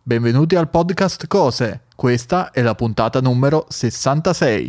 Benvenuti al podcast Cose. Questa è la puntata numero 66.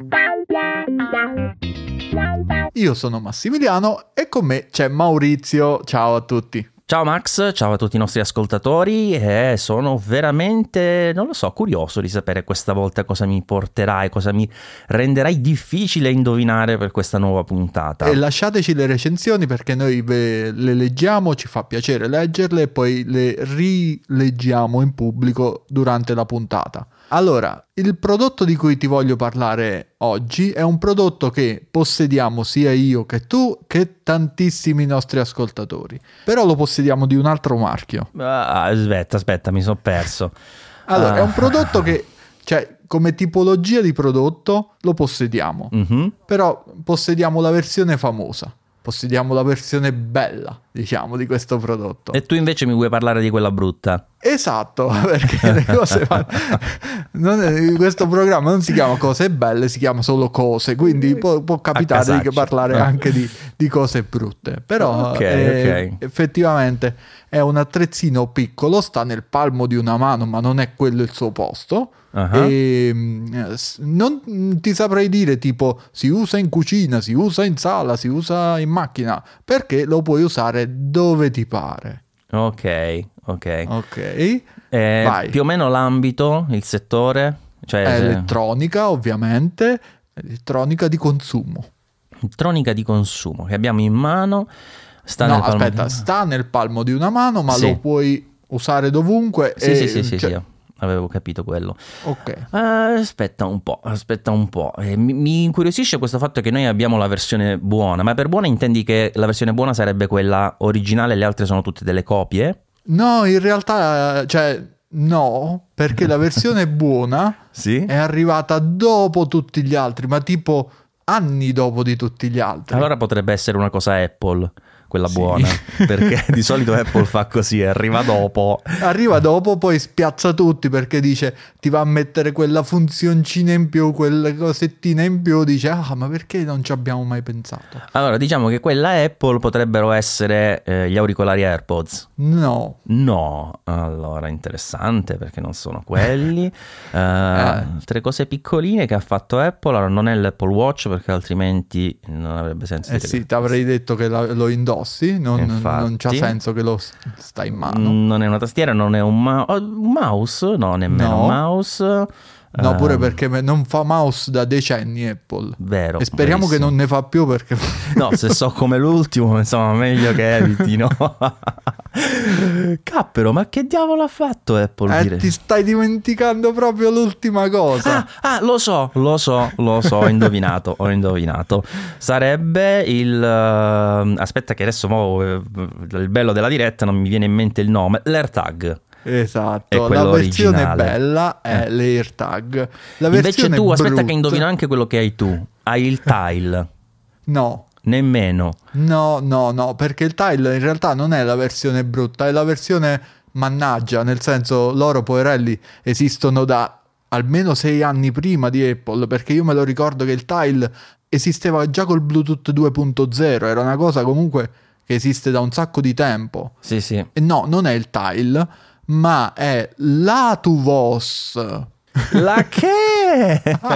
Io sono Massimiliano e con me c'è Maurizio. Ciao a tutti. Ciao Max, ciao a tutti i nostri ascoltatori e sono veramente, curioso di sapere questa volta cosa mi porterai, cosa mi renderai difficile indovinare per questa nuova puntata. E lasciateci le recensioni perché noi le leggiamo, ci fa piacere leggerle e poi le rileggiamo in pubblico durante la puntata. Allora, il prodotto di cui ti voglio parlare oggi è un prodotto che possediamo sia io che tu che tantissimi nostri ascoltatori, però lo possediamo di un altro marchio. Aspetta, mi sono perso. Allora, è un prodotto che, cioè, come tipologia di prodotto lo possediamo, però possediamo la versione famosa. Possediamo la versione bella, diciamo, di questo prodotto. E tu invece mi vuoi parlare di quella brutta? Esatto, perché le cose questo programma non si chiama Cose belle, si chiama solo Cose, quindi può capitare di parlare anche di cose brutte. Però effettivamente è un attrezzino piccolo, sta nel palmo di una mano, ma non è quello il suo posto. E non ti saprei dire tipo si usa in cucina, si usa in sala, si usa in macchina, perché lo puoi usare dove ti pare. Ok. Vai. Più o meno l'ambito, il settore, cioè elettronica, ovviamente, elettronica di consumo. Elettronica di consumo che abbiamo in mano. Sta nel palmo di una mano, ma lo puoi usare dovunque. Sì. Avevo capito quello. Ok. Aspetta un po'. Mi incuriosisce questo fatto che noi abbiamo la versione buona, ma per buona intendi che la versione buona sarebbe quella originale e le altre sono tutte delle copie? No, in realtà, no, perché la versione buona è arrivata dopo tutti gli altri, ma tipo anni dopo di tutti gli altri. Allora potrebbe essere una cosa Apple, quella buona, perché di solito Apple fa così, arriva dopo, poi spiazza tutti perché dice ti va a mettere quella funzioncina in più, quella cosettina in più, dice ma perché non ci abbiamo mai pensato? Allora diciamo che quella Apple potrebbero essere gli auricolari AirPods. No, allora interessante perché non sono quelli. Altre cose piccoline che ha fatto Apple, allora non è l'Apple Watch perché altrimenti non avrebbe senso. Sì, ti avrei detto che lo indossi. Non c'ha senso che lo sta in mano. Non è una tastiera, non è un mouse, no, nemmeno un mouse. No, pure perché non fa mouse da decenni Apple. Vero. E speriamo verissimo. che non ne fa più perché... No, se so come l'ultimo, insomma, meglio che eviti, no? Cappero, ma che diavolo ha fatto Apple? Ti stai dimenticando proprio l'ultima cosa. Lo so, ho indovinato. Sarebbe aspetta che adesso il bello della diretta non mi viene in mente il nome, l'AirTag. Esatto, la versione originale. Bella è l'AirTag. Invece tu, aspetta che indovino anche quello che hai tu. Hai il Tile. No. Nemmeno. No, perché il Tile in realtà non è la versione brutta, è la versione mannaggia, nel senso loro poverelli esistono da almeno 6 anni prima di Apple, perché io me lo ricordo che il Tile esisteva già col Bluetooth 2.0, era una cosa comunque che esiste da un sacco di tempo. Sì. E no, non è il Tile, ma è l'Atuvos. La che?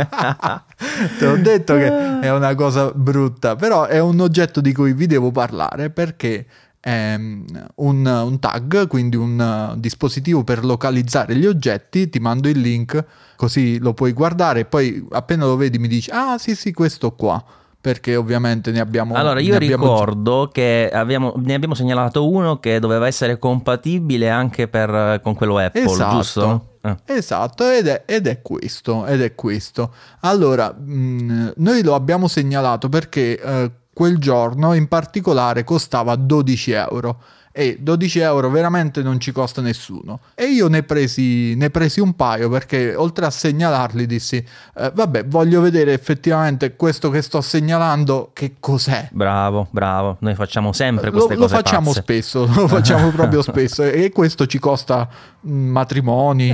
Te l'ho detto che è una cosa brutta, però è un oggetto di cui vi devo parlare perché è un tag, quindi un dispositivo per localizzare gli oggetti. Ti mando il link così lo puoi guardare e poi appena lo vedi mi dici sì, questo qua. Perché ovviamente ne abbiamo... Allora io ricordo che ne abbiamo segnalato uno che doveva essere compatibile anche con quello Apple, giusto? Esatto, ed è questo. Allora, noi lo abbiamo segnalato perché quel giorno in particolare costava 12 euro. E 12 euro veramente non ci costa nessuno. E io ne presi un paio perché oltre a segnalarli dissi vabbè, voglio vedere effettivamente questo che sto segnalando che cos'è. Bravo, noi facciamo sempre queste cose lo facciamo pazze. Spesso, lo facciamo proprio spesso e questo ci costa matrimoni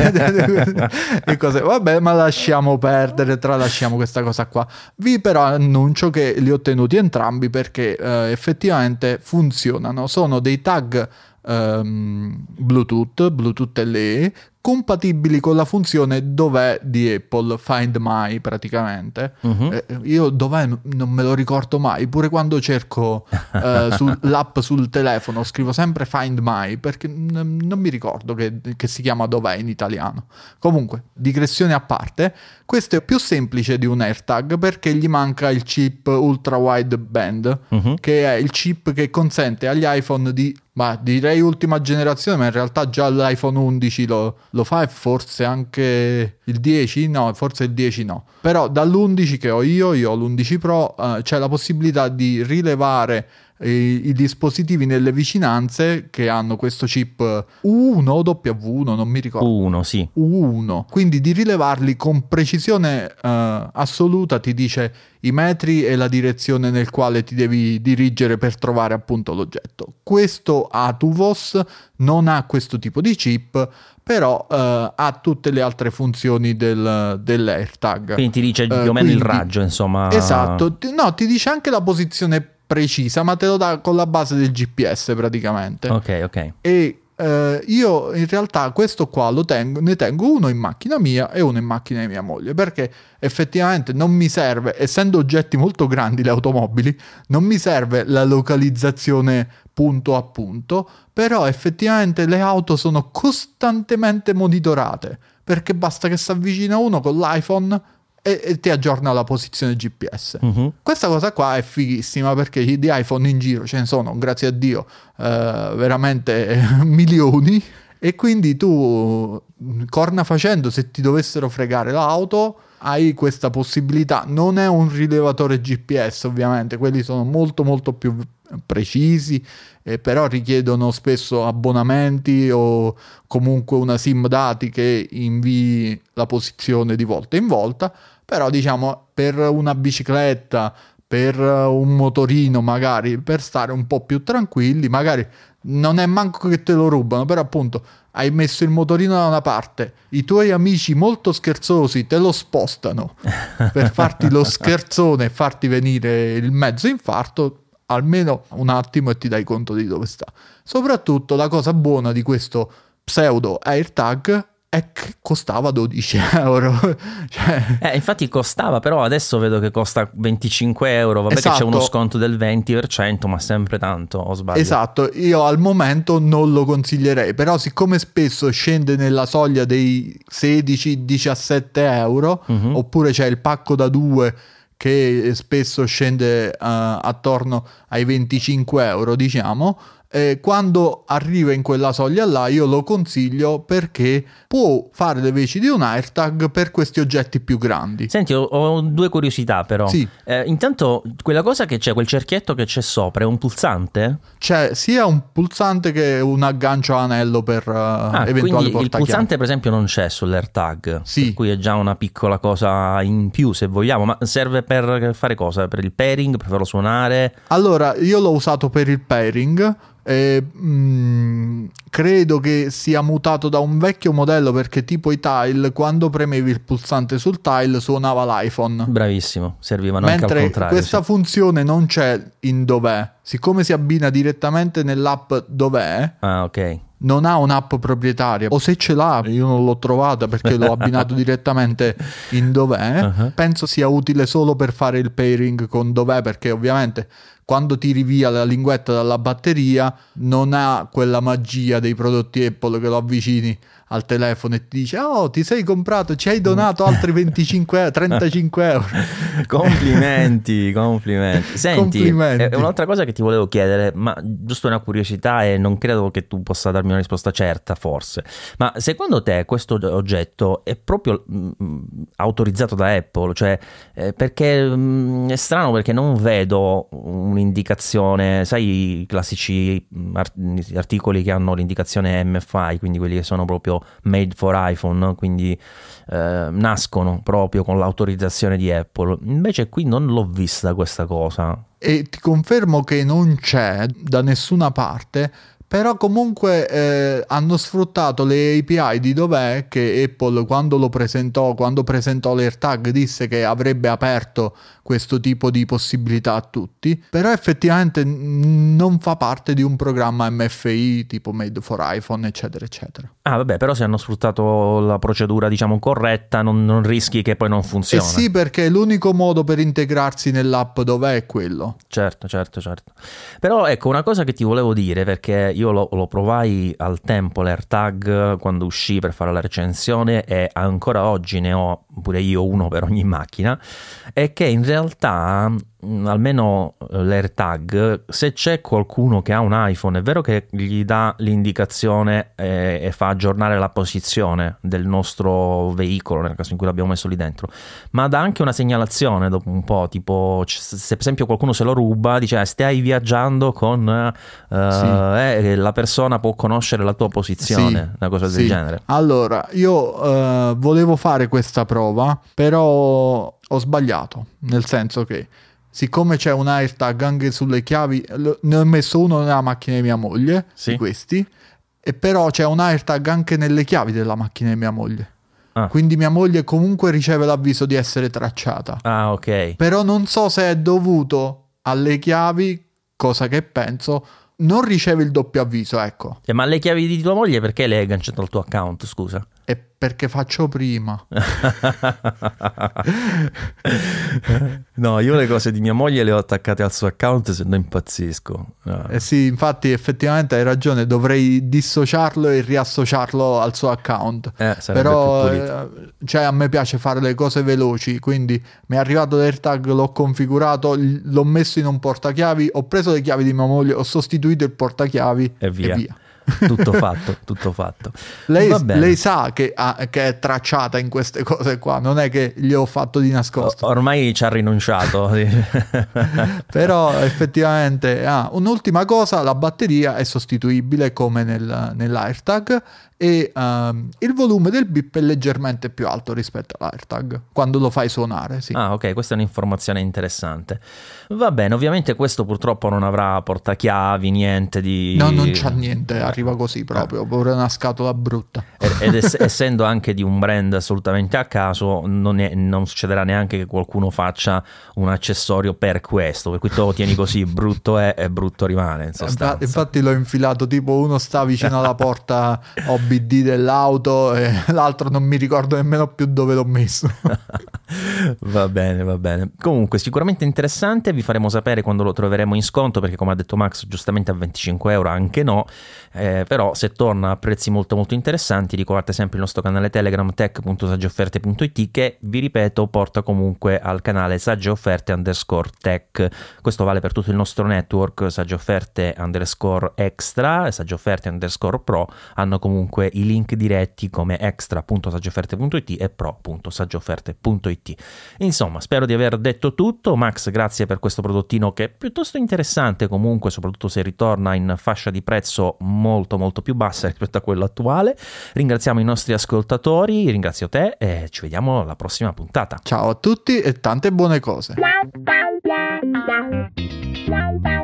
e cose. Vabbè, ma lasciamo perdere, tralasciamo questa cosa qua. Vi però annuncio che li ho tenuti entrambi perché effettivamente funzionano. Sono dei tag Bluetooth LE, compatibili con la funzione Dov'è di Apple, Find My praticamente. Io Dov'è non me lo ricordo mai, pure quando cerco l'app sul telefono scrivo sempre Find My perché non mi ricordo che si chiama Dov'è in italiano. Comunque, digressione a parte, questo è più semplice di un AirTag perché gli manca il chip ultra wide band, che è il chip che consente agli iPhone direi ultima generazione, ma in realtà già l'iPhone 11 lo fa, e forse anche il 10, no, forse il 10 no. Però dall'11 che ho io ho l'11 Pro, c'è la possibilità di rilevare i dispositivi nelle vicinanze che hanno questo chip U1 o W1, non mi ricordo. U1, sì. U1, quindi di rilevarli con precisione assoluta, ti dice i metri e la direzione nel quale ti devi dirigere per trovare appunto l'oggetto. Questo ATUVOS non ha questo tipo di chip, però ha tutte le altre funzioni dell'AirTag. Quindi ti dice più o meno il raggio, insomma. Esatto, no, ti dice anche la posizione precisa, ma te lo dà con la base del GPS praticamente. Ok. E io in realtà questo qua ne tengo uno in macchina mia e uno in macchina di mia moglie, perché effettivamente non mi serve, essendo oggetti molto grandi le automobili, non mi serve la localizzazione punto a punto, però effettivamente le auto sono costantemente monitorate, perché basta che si avvicina uno con l'iPhone e ti aggiorna la posizione GPS. Questa cosa qua è fighissima, perché di iPhone in giro ce ne sono, grazie a Dio, veramente milioni, e quindi tu, corna facendo, se ti dovessero fregare l'auto, hai questa possibilità. Non è un rilevatore GPS, ovviamente, quelli sono molto molto più precisi, però richiedono spesso abbonamenti o comunque una SIM dati che invii la posizione di volta in volta. Però diciamo, per una bicicletta, per un motorino, magari per stare un po' più tranquilli, magari non è manco che te lo rubano, però appunto hai messo il motorino da una parte, i tuoi amici molto scherzosi te lo spostano per farti lo scherzone e farti venire il mezzo infarto, almeno un attimo e ti dai conto di dove sta. Soprattutto la cosa buona di questo pseudo AirTag è che costava 12 euro. Infatti costava, però adesso vedo che costa 25 euro. Vabbè, esatto, che c'è uno sconto del 20%, ma sempre tanto, o sbaglio? Esatto, io al momento non lo consiglierei, però siccome spesso scende nella soglia dei 16-17 euro, oppure c'è il pacco da 2 che spesso scende attorno ai 25 euro, diciamo, quando arriva in quella soglia là io lo consiglio, perché può fare le veci di un AirTag per questi oggetti più grandi. Senti, ho due curiosità però. Sì. Intanto, quella cosa che c'è, quel cerchietto che c'è sopra, è un pulsante? C'è sia un pulsante che un aggancio a anello per eventuali portachiavi. Il pulsante per esempio non c'è sull'AirTag, sì, per cui è già una piccola cosa in più, se vogliamo. Ma serve per fare cosa? Per il pairing, per farlo suonare? Allora, io l'ho usato per il pairing. Credo che sia mutato da un vecchio modello, perché tipo i tile, quando premevi il pulsante sul tile suonava l'iPhone. Bravissimo, servivano anche al contrario. Mentre questa funzione non c'è in Dov'è, siccome si abbina direttamente nell'app Dov'è. Ok. Non ha un'app proprietaria, o se ce l'ha io non l'ho trovata perché l'ho abbinato direttamente in Dov'è. Penso sia utile solo per fare il pairing con Dov'è, perché ovviamente quando tiri via la linguetta dalla batteria non ha quella magia dei prodotti Apple che lo avvicini al telefono e ti dice: oh, ti sei comprato, ci hai donato altri 35 euro. Complimenti. Senti, complimenti. Un'altra cosa che ti volevo chiedere, ma giusto una curiosità, e non credo che tu possa darmi una risposta certa, forse, ma secondo te questo oggetto è proprio autorizzato da Apple? Cioè, perché è strano, perché non vedo un'indicazione, sai, i classici articoli che hanno l'indicazione MFI, quindi quelli che sono proprio made for iPhone, quindi nascono proprio con l'autorizzazione di Apple. Invece qui non l'ho vista questa cosa. E ti confermo che non c'è da nessuna parte, Però comunque hanno sfruttato le API di dov'è che Apple quando presentò l'AirTag disse che avrebbe aperto questo tipo di possibilità a tutti, però effettivamente non fa parte di un programma MFI tipo Made for iPhone, eccetera eccetera. Ah vabbè, però se hanno sfruttato la procedura diciamo corretta non rischi che poi non funzioni. Sì, perché l'unico modo per integrarsi nell'app dov'è è quello. Certo. Però ecco, una cosa che ti volevo dire, perché io lo provai al tempo l'AirTag quando uscì per fare la recensione e ancora oggi ne ho pure io uno per ogni macchina, è che in realtà almeno l'AirTag, se c'è qualcuno che ha un iPhone, è vero che gli dà l'indicazione e fa aggiornare la posizione del nostro veicolo nel caso in cui l'abbiamo messo lì dentro, ma dà anche una segnalazione dopo un po', tipo se per esempio qualcuno se lo ruba, dice stai viaggiando con la persona può conoscere la tua posizione, una cosa del genere. Allora io volevo fare questa prova, però ho sbagliato, nel senso che siccome c'è un AirTag anche sulle chiavi, ne ho messo uno nella macchina di mia moglie, di questi, e però c'è un AirTag anche nelle chiavi della macchina di mia moglie. Quindi mia moglie comunque riceve l'avviso di essere tracciata. Ah, ok. Però non so se è dovuto alle chiavi, cosa che penso, non riceve il doppio avviso, ecco. Ma le chiavi di tua moglie perché le hai agganciato al tuo account, scusa? È perché faccio prima. No, io le cose di mia moglie le ho attaccate al suo account, se no impazzisco. Sì, infatti effettivamente hai ragione, dovrei dissociarlo e riassociarlo al suo account. Però cioè, a me piace fare le cose veloci, quindi mi è arrivato l'AirTag, l'ho configurato, l'ho messo in un portachiavi, ho preso le chiavi di mia moglie, ho sostituito il portachiavi e via. Tutto fatto. Lei sa che è tracciata in queste cose qua, non è che gli ho fatto di nascosto. Ormai ci ha rinunciato. Però effettivamente un'ultima cosa, la batteria è sostituibile come nell'AirTag e il volume del bip è leggermente più alto rispetto all'AirTag quando lo fai suonare, sì. Ah, ok, questa è un'informazione interessante. Va bene, ovviamente questo purtroppo non avrà portachiavi, niente di... No, non c'ha niente, arriva così proprio, pure una scatola brutta. Ed essendo anche di un brand assolutamente a caso, non succederà neanche che qualcuno faccia un accessorio per questo, per cui tu lo tieni così, brutto è e brutto rimane, in sostanza. Infatti l'ho infilato, tipo uno sta vicino alla porta OBD dell'auto e l'altro non mi ricordo nemmeno più dove l'ho messo. Va bene. Comunque sicuramente interessante, vi faremo sapere quando lo troveremo in sconto, perché come ha detto Max giustamente a 25 euro anche no, però se torna a prezzi molto molto interessanti ricordate sempre il nostro canale Telegram tech.saggeofferte.it che vi ripeto porta comunque al canale saggeofferte_tech. Questo vale per tutto il nostro network, saggeofferte_extra e saggeofferte_pro hanno comunque i link diretti come extra.saggeofferte.it e pro.saggeofferte.it. Insomma, spero di aver detto tutto. Max, grazie per questo prodottino che è piuttosto interessante comunque, soprattutto se ritorna in fascia di prezzo molto molto più bassa rispetto a quello attuale. Ringraziamo i nostri ascoltatori, ringrazio te e ci vediamo alla prossima puntata. Ciao a tutti e tante buone cose.